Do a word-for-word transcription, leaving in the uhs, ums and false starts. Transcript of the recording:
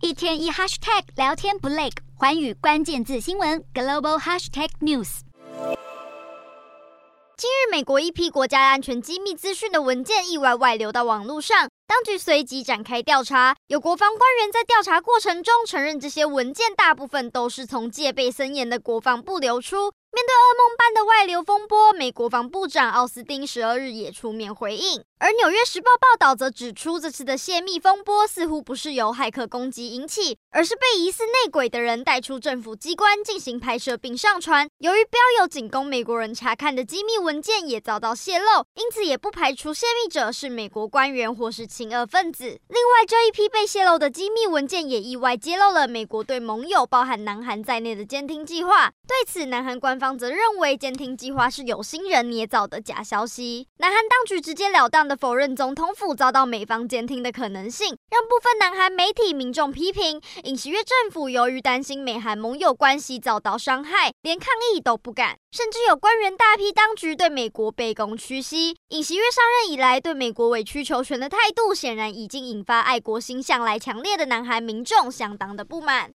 一天一 hashtag 聊天不累，寰宇关键字新闻 global hashtag news。 近日，美国一批国家安全机密资讯的文件意外外流到网络上，当局随即展开调查。有国防官员在调查过程中承认，这些文件大部分都是从戒备森严的国防部流出。面对噩梦般的外流风波，美国防部长奥斯汀十二日也出面回应。而《纽约时报》报道则指出，这次的泄密风波似乎不是由骇客攻击引起，而是被疑似内鬼的人带出政府机关进行拍摄并上传。由于标有仅供美国人查看的机密文件也遭到泄露，因此也不排除泄密者是美国官员或是亲俄分子。另外，这一批被泄露的机密文件也意外揭露了美国对盟友包含南韩在内的监听计划。对此，南韩官方则认为监听计划是有心人捏造的假消息。南韩当局直截了当的否认总统府遭到美方监听的可能性，让部分南韩媒体民众批评尹锡悦政府由于担心美韩盟友关系遭到伤害，连抗议都不敢，甚至有官员大批当局对美国卑躬屈膝。尹锡悦上任以来对美国委曲求全的态度，显然已经引发爱国心向来强烈的南韩民众相当的不满。